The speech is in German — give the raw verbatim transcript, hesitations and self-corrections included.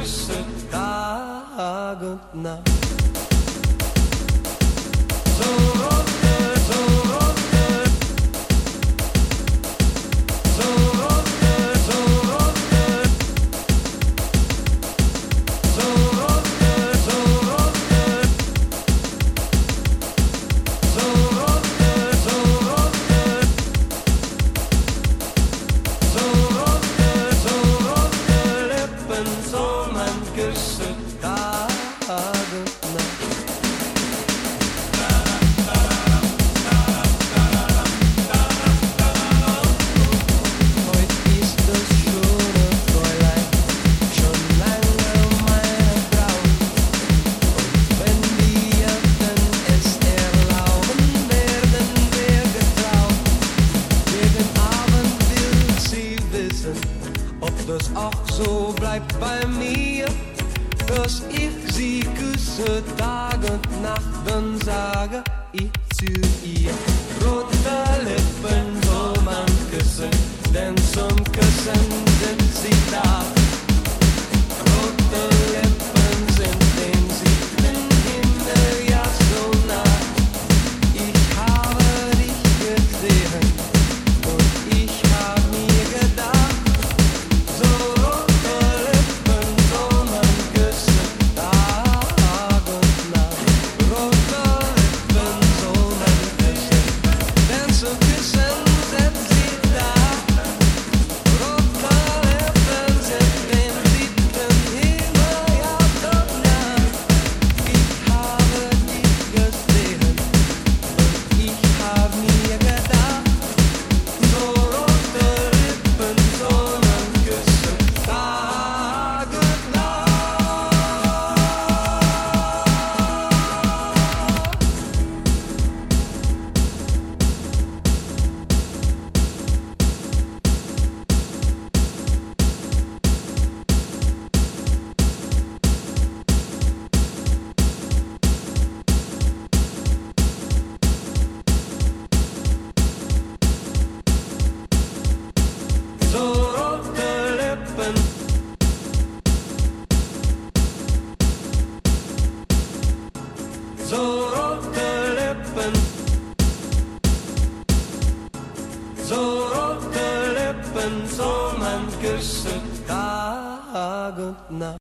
kussen Tag und Nacht. So rote, so rote, so rote, so rote, so rote, so rote, so rote, so rote, so rote, so rote Lippen, so man küssen Tag und Nacht. Das auch so bleibt bei mir, dass ich sie küsse Tag und Nacht, dann sage ich zu ihr: rote Lippen soll man küssen, denn zum Küssen sind sie da. Rote Lippen sind dem siebten Himmel ja so nah. Ich habe dich gesehen und ich hab mir gedacht, so rote Lippen, so rote Lippen, so man küssen Tag und Nacht.